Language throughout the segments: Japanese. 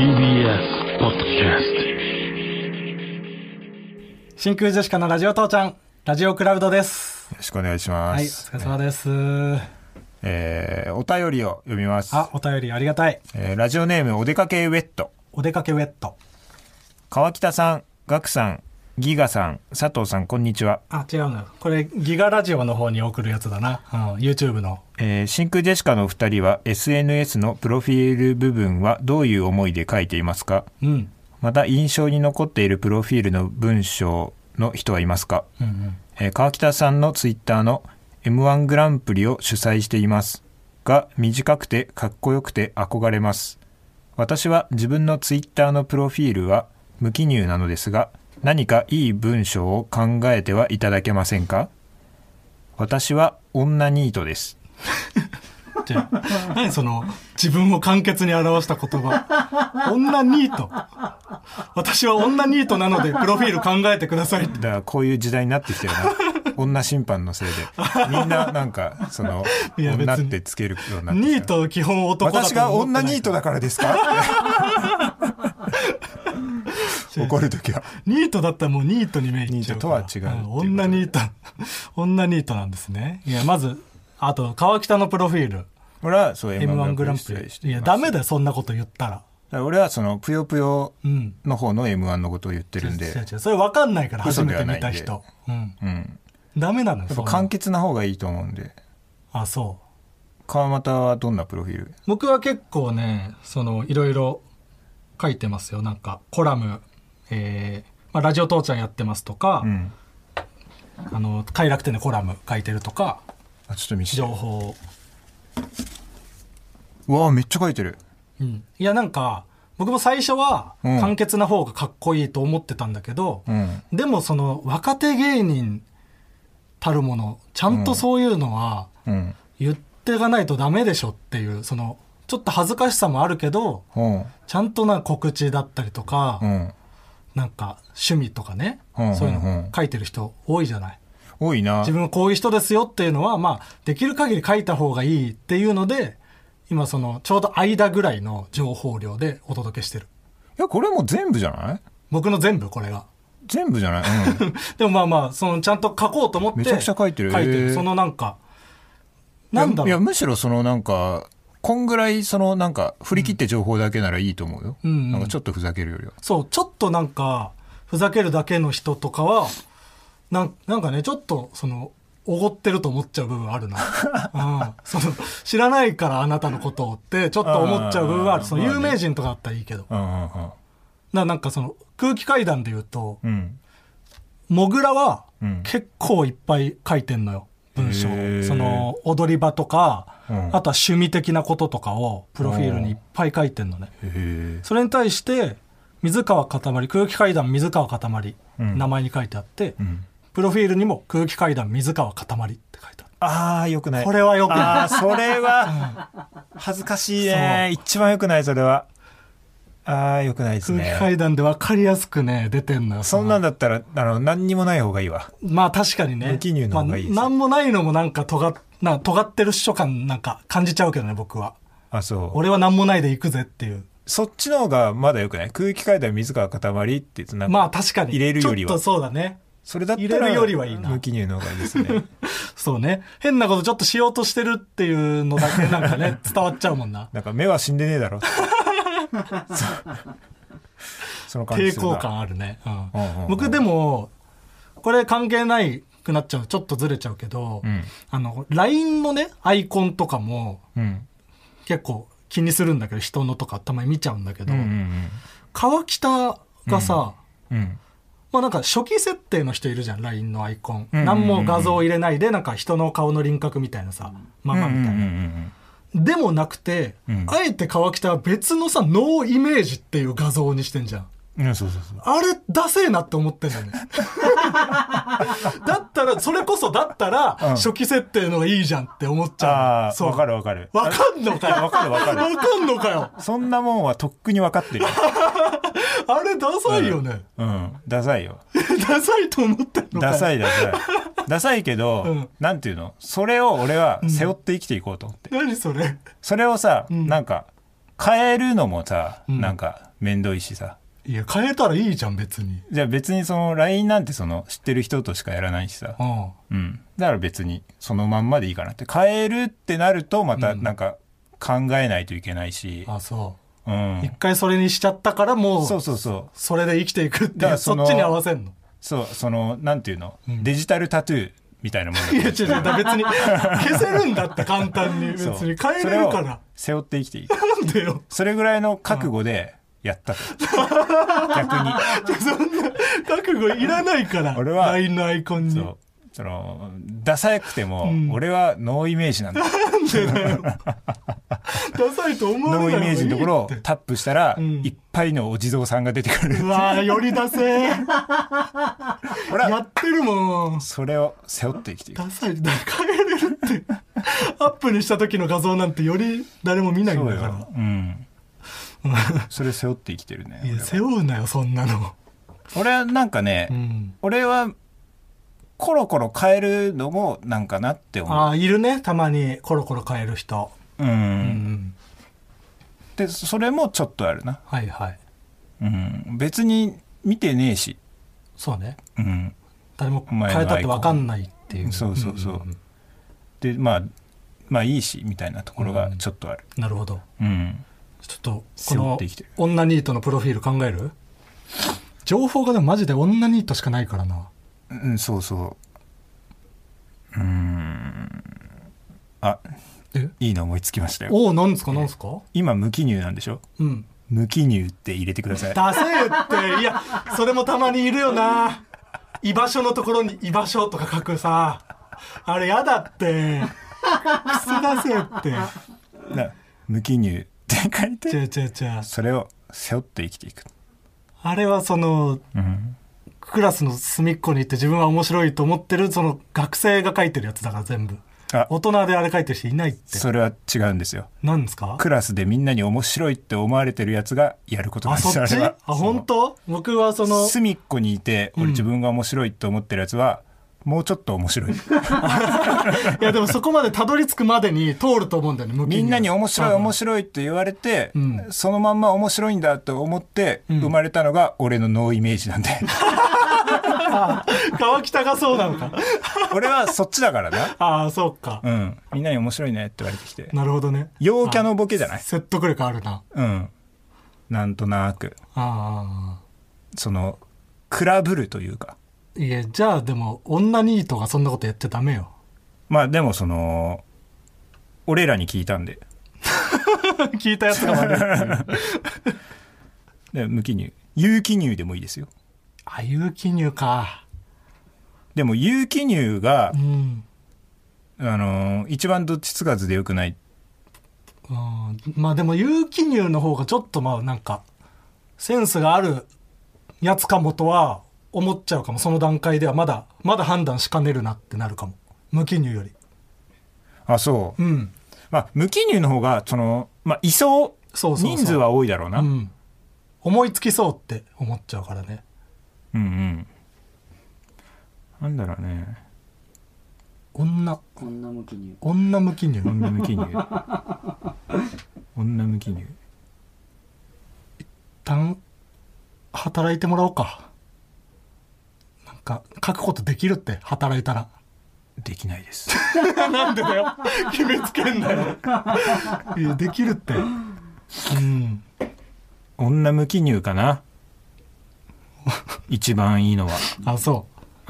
TBS ポッドキャスト真空ジェシカのラジオ父ちゃんラジオクラウドです。 よろしくお願いします。 はい、お疲れ様です、 お便りを読みます。 お便りありがたい。 ラジオネームお出かけウェット。 お出かけウェット。 川北さん、ガクさん、ギガさん、佐藤さん、こんにちは。 違うの、これギガラジオの方に送るやつだな、YouTube の。 真空ジェシカの2人は SNS のプロフィール部分はどういう思いで書いていますか？また印象に残っているプロフィールの文章の人はいますか？川北さんのツイッターの M1 グランプリを主催していますが、短くてかっこよくて憧れます。私は自分のツイッターのプロフィールは無記入なのですが、何かいい文章を考えてはいただけませんか？私は女ニートです。 何その自分を簡潔に表した言葉。女ニート。私は女ニートなのでプロフィール考えてくださいって。 だからこういう時代になってきてるな。女審判のせいでみんななんかその女ってつけるようになってきた。 ニート基本男だと思ってない。 私が女ニートだからですか？怒るときはニートだったらもうニートに見えちゃう。 ニートとは違う。 女ニート女ニートなんですね。いや、まずあと川北のプロフィール、 俺はそう M1 グランプリ。いやダメだよそんなこと言ったら。 俺はそのぷよぷよの方の M1 のことを言ってるんで、 違うそれ分かんないから。初めて見た人、ダメなのよ。 やっぱ簡潔な方がいいと思うんで。 そう。 川又はどんなプロフィール？ 僕は結構ね、そのいろいろ書いてますよ。なんかコラム、ラジオ父ちゃんやってますとか、快楽天でコラム書いてるとか、 ちょっと見せて。 情報。 うわめっちゃ書いてる。 いやなんか僕も最初は簡潔な方がかっこいいと思ってたんだけど、でもその若手芸人たるものちゃんとそういうのは言っていかないとダメでしょっていう、そのちょっと恥ずかしさもあるけど、ちゃんとな告知だったりとか、なんか趣味とかね、そういうの書いてる人多いじゃない。 多いな。 自分はこういう人ですよっていうのは、できる限り書いた方がいいっていうので、今そのちょうど間ぐらいの情報量でお届けしてる。 いやこれも全部じゃない？僕の全部これが全部じゃない？ でもそのちゃんと書こうと思ってめちゃくちゃ書いてる。 そのなんかなんだろう。 いやむしろそのなんかこんぐらいそのなんか振り切って情報だけならいいと思うよ。なんかちょっとふざけるよりは。そうちょっとなんかふざけるだけの人とかはなんかね、ちょっとそのおごってると思っちゃう部分あるな。その知らないからあなたのことをってちょっと思っちゃう部分はある。その有名人とかだったらいいけど、なんかその空気階段で言うと、モグラは結構いっぱい書いてんのよ、文章。その踊り場とか、あとは趣味的なこととかをプロフィールにいっぱい書いてんのね。それに対して水川かたまり、空気階段水川かたまり、名前に書いてあって、プロフィールにも空気階段水川かたまりって書いてある。よくない。これはよくない。 それは恥ずかしいね。一番よくない。それはよくないですね。 空気階段で分かりやすくね出てんのよ。 そんなんだったら何にもない方がいいわ。 確かにね。 無記入の方がいいです。 何もないのもなんか尖ってるっしょ感なんか感じちゃうけどね、僕は。 そう。 俺は何もないで行くぜっていう。 そっちの方がまだよくない？空気階段水川かたまりってなんか確かに入れるよりは。 ちょっとそうだね。 それだったら入れるよりはいいな。 無記入の方がいいですね。 そうね。変なことちょっとしようとしてるっていうのだけなんかね伝わっちゃうもんな。 なんか目は死んでねえだろ。その感じするな。 抵抗感あるね。僕でもこれ関係ないくなっちゃう、ちょっとずれちゃうけど、LINE のねアイコンとかも、結構気にするんだけど、人のとかたまに見ちゃうんだけど、川北がさ、なんか初期設定の人いるじゃん、 LINE のアイコン、何も画像入れないでなんか人の顔の輪郭みたいなさ、ママみたいな、でもなくて、あえて川北は別のさノーイメージっていう画像にしてんじゃん。 そうあれダセえなって思ってんだよね。だったらそれこそだったら、初期設定のがいいじゃんって思っちゃう。 わかるわかる。 わかんのかよ。 わかる。 わかんのかよ。 そんなもんはとっくにわかってるよ。 あれダサいよね。 ダサいよ。 ダサいと思ってんのかよ。 ダサいけど、なんていうの、それを俺は背負って生きていこうと思って。 何それ。 それをさ、なんか変えるのもさ、なんかめんどいしさ。 いや変えたらいいじゃん別に。 じゃあ別にその LINE なんてその知ってる人としかやらないしさ、うん、だから別にそのまんまでいいかなって。変えるってなるとまたなんか考えないといけないし、 あそう、一回それにしちゃったからもうそれで生きていくってそっちに合わせんの。 そうそのなんていうの、デジタルタトゥーみたいなもんだ。 いや違う別に消せるんだって簡単に。別に変えれるから背負って生きていい。 なんでよ。 それぐらいの覚悟でやったと。逆にそんな覚悟いらないから俺は LINE のアイコンにそのダサくても、俺はノーイメージなんだ。 なんでだよ。ダサいと思わない。 ノーイメージのところをタップしたら、いっぱいのお地蔵さんが出てくる。 うわーよりダセー。やってるもん。 それを背負って生きていく。 ダサい。だから変えれるってアップにした時の画像なんてより誰も見ないんだから。 そうよ、それ背負って生きてるね。 いや背負うなよそんなの。 俺はなんかね、俺はコロコロ変えるのもなんかなって思う。 あ、いるねたまにコロコロ変える人。 でそれもちょっとあるな。 はいはい、 別に見てねえし。 そうね、誰も変えたって分かんないっていう。 そうそうそう、でまあいいしみたいなところがちょっとある。 なるほど。ちょっとこの女ニートのプロフィール考える？情報がでもマジで女ニートしかないからな。 そうそう。あ、いいの思いつきましたよ。 お、なんですかなんですか？ 今無記入なんでしょ？無記入って入れてください。 ダセーって。いやそれもたまにいるよな。居場所のところに居場所とか書くさ、あれやだって。クソダセーって。 無記入って書いて、 違うそれを背負って生きていく。 あれはその、クラスの隅っこに行って自分は面白いと思ってるその学生が書いてるやつだから全部。大人であれ書いてる人いないって。 それは違うんですよ。 何ですか？ クラスでみんなに面白いって思われてるやつがやることなんですよ。 あ、そっち？あ、本当？僕はその隅っこにいて俺自分が面白いって思ってるやつは、もうちょっと面白い。いやでもそこまでたどり着くまでに通ると思うんだよね。 みんなに面白いって言われて、そのまんま面白いんだと思って生まれたのが俺のノーイメージなんで。 川北がそうなのか。 俺はそっちだからな。 ああそうか。 みんなに面白いねって言われてきて。 なるほどね。 陽キャのボケじゃない？ 説得力あるな。 なんとなく。そのクラブルというか。 いやじゃあでも女ニートがそんなことやってダメよ。 まあでもその俺らに聞いたんで。 聞いたやつが悪い。 で無記入、有記入でもいいですよ。 あ、有記入か。 でも有記入が、一番どっちつかずでよくない。 まあでも有記入の方がちょっとまあなんかセンスがあるやつかもとは思っちゃうかも。その段階ではまだ判断しかねるなってなるかも、無記入より。 あ、そう。まあ無記入の方がそのいそう、人数は多いだろうな。 思いつきそうって思っちゃうからね。 なんだろうね。 女無記入。 女無記入。 女無記入。女無記入。 一旦働いてもらおうか。なんか書くことできるって、働いたら。 できないです。 なんでだよ。決めつけんなよ。いやできるって。 女無記入かな。一番いいのは。 あ、そう。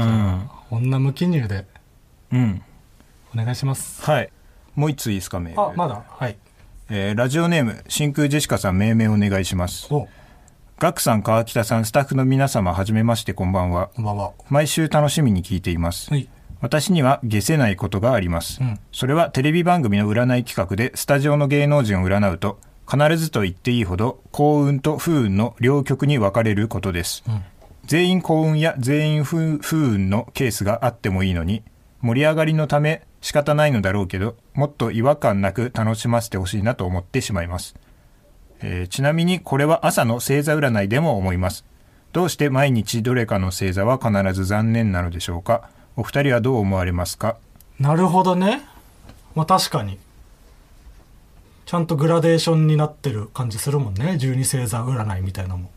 女無記入で。お願いします。 はい。もう一ついいですか、メール。 あ、まだ。はい。 ラジオネーム真空ジェシカさん、命名お願いします。ガクさん、川北さん、スタッフの皆様、はじめまして、こんばんは。 こんばんは。 毎週楽しみに聞いています。私には解せないことがあります。それはテレビ番組の占い企画でスタジオの芸能人を占うと、必ずと言っていいほど幸運と不運の両極に分かれることです。全員幸運や全員不運のケースがあってもいいのに、盛り上がりのため仕方ないのだろうけど、もっと違和感なく楽しませてほしいなと思ってしまいます。ちなみにこれは朝の星座占いでも思います。どうして毎日どれかの星座は必ず残念なのでしょうか。お二人はどう思われますか。 なるほどね。まあ確かにちゃんとグラデーションになってる感じするもんね、12星座占いみたいなのも。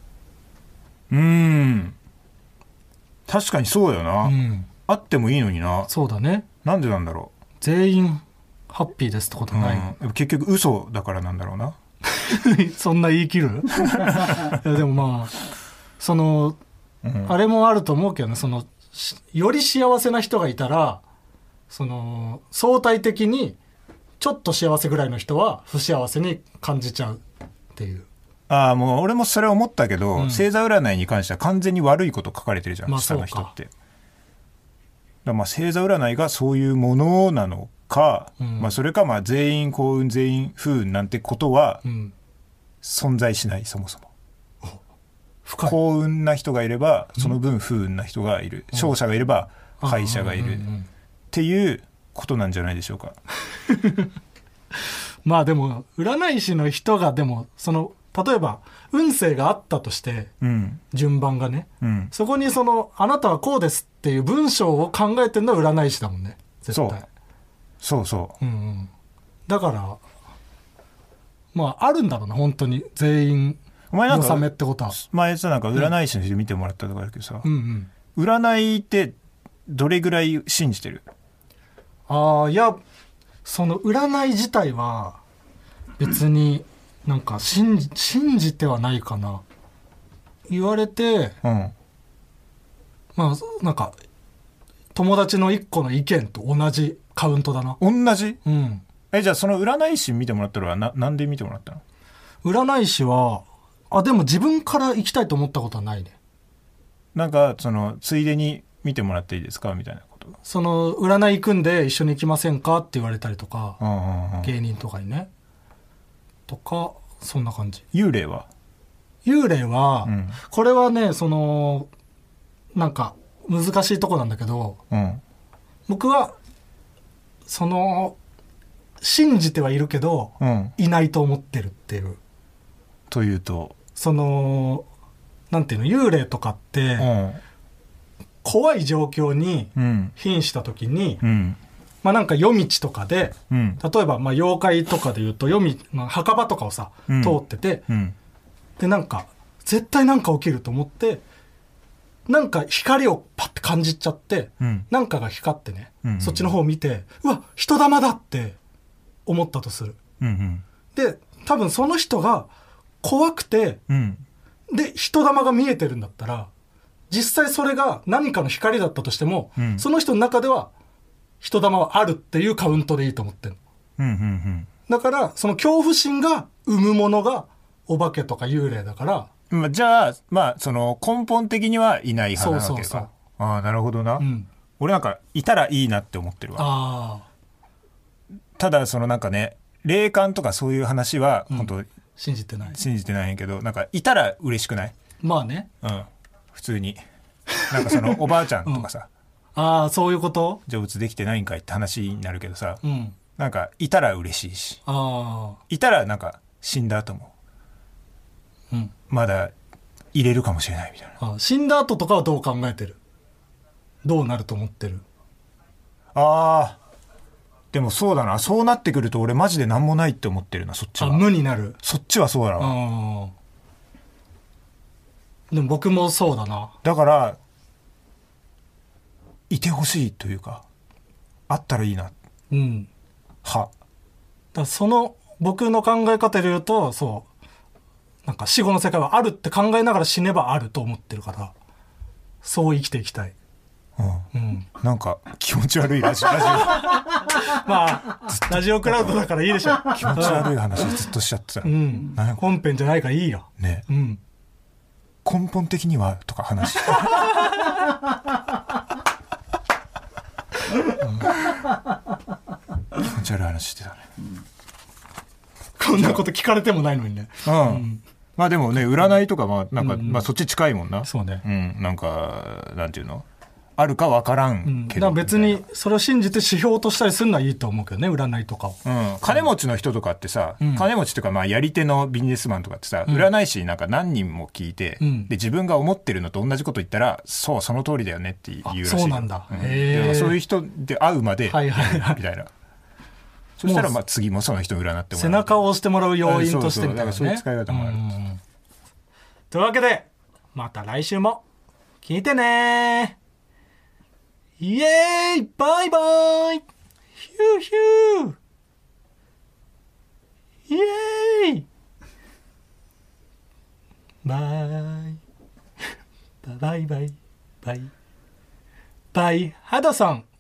確かにそうよな、あってもいいのにな。 そうだね。 なんでなんだろう。 全員ハッピーですってことない、 結局嘘だからなんだろうな。 そんな言い切るいやでもまあその、あれもあると思うけどね、そのより幸せな人がいたら、その相対的にちょっと幸せぐらいの人は不幸せに感じちゃうっていう。 もう俺もそれ思ったけど、星座占いに関しては完全に悪いこと書かれてるじゃん、下の人って。だからまあ星座占いがそういうものなのか、それかまあ全員幸運全員不運なんてことは存在しない、そもそも。幸運な人がいればその分不運な人がいる、勝者がいれば敗者がいるっていうことなんじゃないでしょうか。 まあでも占い師の人がでもその例えば運勢があったとして、順番がね、そこにそのあなたはこうですっていう文章を考えてるのは占い師だもんね、絶対。そう、だからまああるんだろうな、本当に全員納めってことは。 前さなんか占い師の人見てもらったとかあるけどさ、占いってどれぐらい信じてる？ いやその占い自体は別になんか信じてはないかな。言われて、まあなんか友達の一個の意見と同じカウントだな。 同じ？じゃあその占い師見てもらったのはなんで見てもらったの？ 占い師はでも自分から行きたいと思ったことはないね。 なんかそのついでに見てもらっていいですかみたいなこと。 その占い行くんで一緒に行きませんかって言われたりとか、芸人とかにねとか、そんな感じ。幽霊は、これはねそのなんか難しいとこなんだけど、僕はその信じてはいるけど、いないと思ってるっていう。 というとそのなんていうの、幽霊とかって、怖い状況に瀕した時に、まあなんか夜道とかで、例えばまあ妖怪とかでいうと墓場とかをさ、通ってて、でなんか絶対なんか起きると思って、なんか光をパッて感じちゃって、なんかが光ってね、そっちの方を見て、うわ人玉だって思ったとする。で多分その人が怖くて、で人玉が見えてるんだったら、実際それが何かの光だったとしても、その人の中では人玉はあるっていうカウントでいいと思ってるの。だからその恐怖心が生むものがお化けとか幽霊だから、 じゃあまあその根本的にはいない派なわけか。なるほどな、俺なんかいたらいいなって思ってるわ。ただそのなんかね、霊感とかそういう話は本当、 信じてないんやけど、なんかいたら嬉しくない？ まあね、 普通になんかそのおばあちゃんとかさ、 そういうこと成仏できてないんかいって話になるけどさ、なんかいたら嬉しいし、いたらなんか死んだ後も、まだ入れるかもしれないみたいな。 死んだ後とかはどう考えてる？どうなると思ってる？ でもそうだな、そうなってくると俺マジで何もないって思ってるな、そっちは。 無になる。 そっちはそうだわ。 でも僕もそうだな。 だからいてほしいというか、あったらいいな。 だその僕の考え方で言うと、そうなんか死後の世界はあるって考えながら死ねばあると思ってるから、そう生きていきたい。なんか気持ち悪いラジオまあラジオクラウドだからいいでしょ。 気持ち悪い話ずっとしちゃってた、 本編じゃないからいいよね。根本的にはとか話気持ち悪い話してたね、 こんなこと聞かれてもないのにね。 まあでもね、占いとかなんか、まあそっち近いもんな。 そうね。 なんかなんていうの、あるか分からんけど、 別にそれを信じて指標としたりするのはいいと思うけどね、占いとかを。 金持ちの人とかってさ、金持ちというかまあやり手のビジネスマンとかってさ、占い師なんか何人も聞いて、で自分が思ってるのと同じこと言ったら、その通りだよねって言うらしい。 そうなんだ。 そういう人で会うまでみたいな。 そしたらまあ次もその人を占ってもらう。 背中を押してもらう要因としてみたいなね。 そういう使い方もある。 というわけで、また来週も聞いてねー。イエーイ、バイバイ、ヒューヒュー、イエーイ、バイバイバイバイバイ、ハドソン。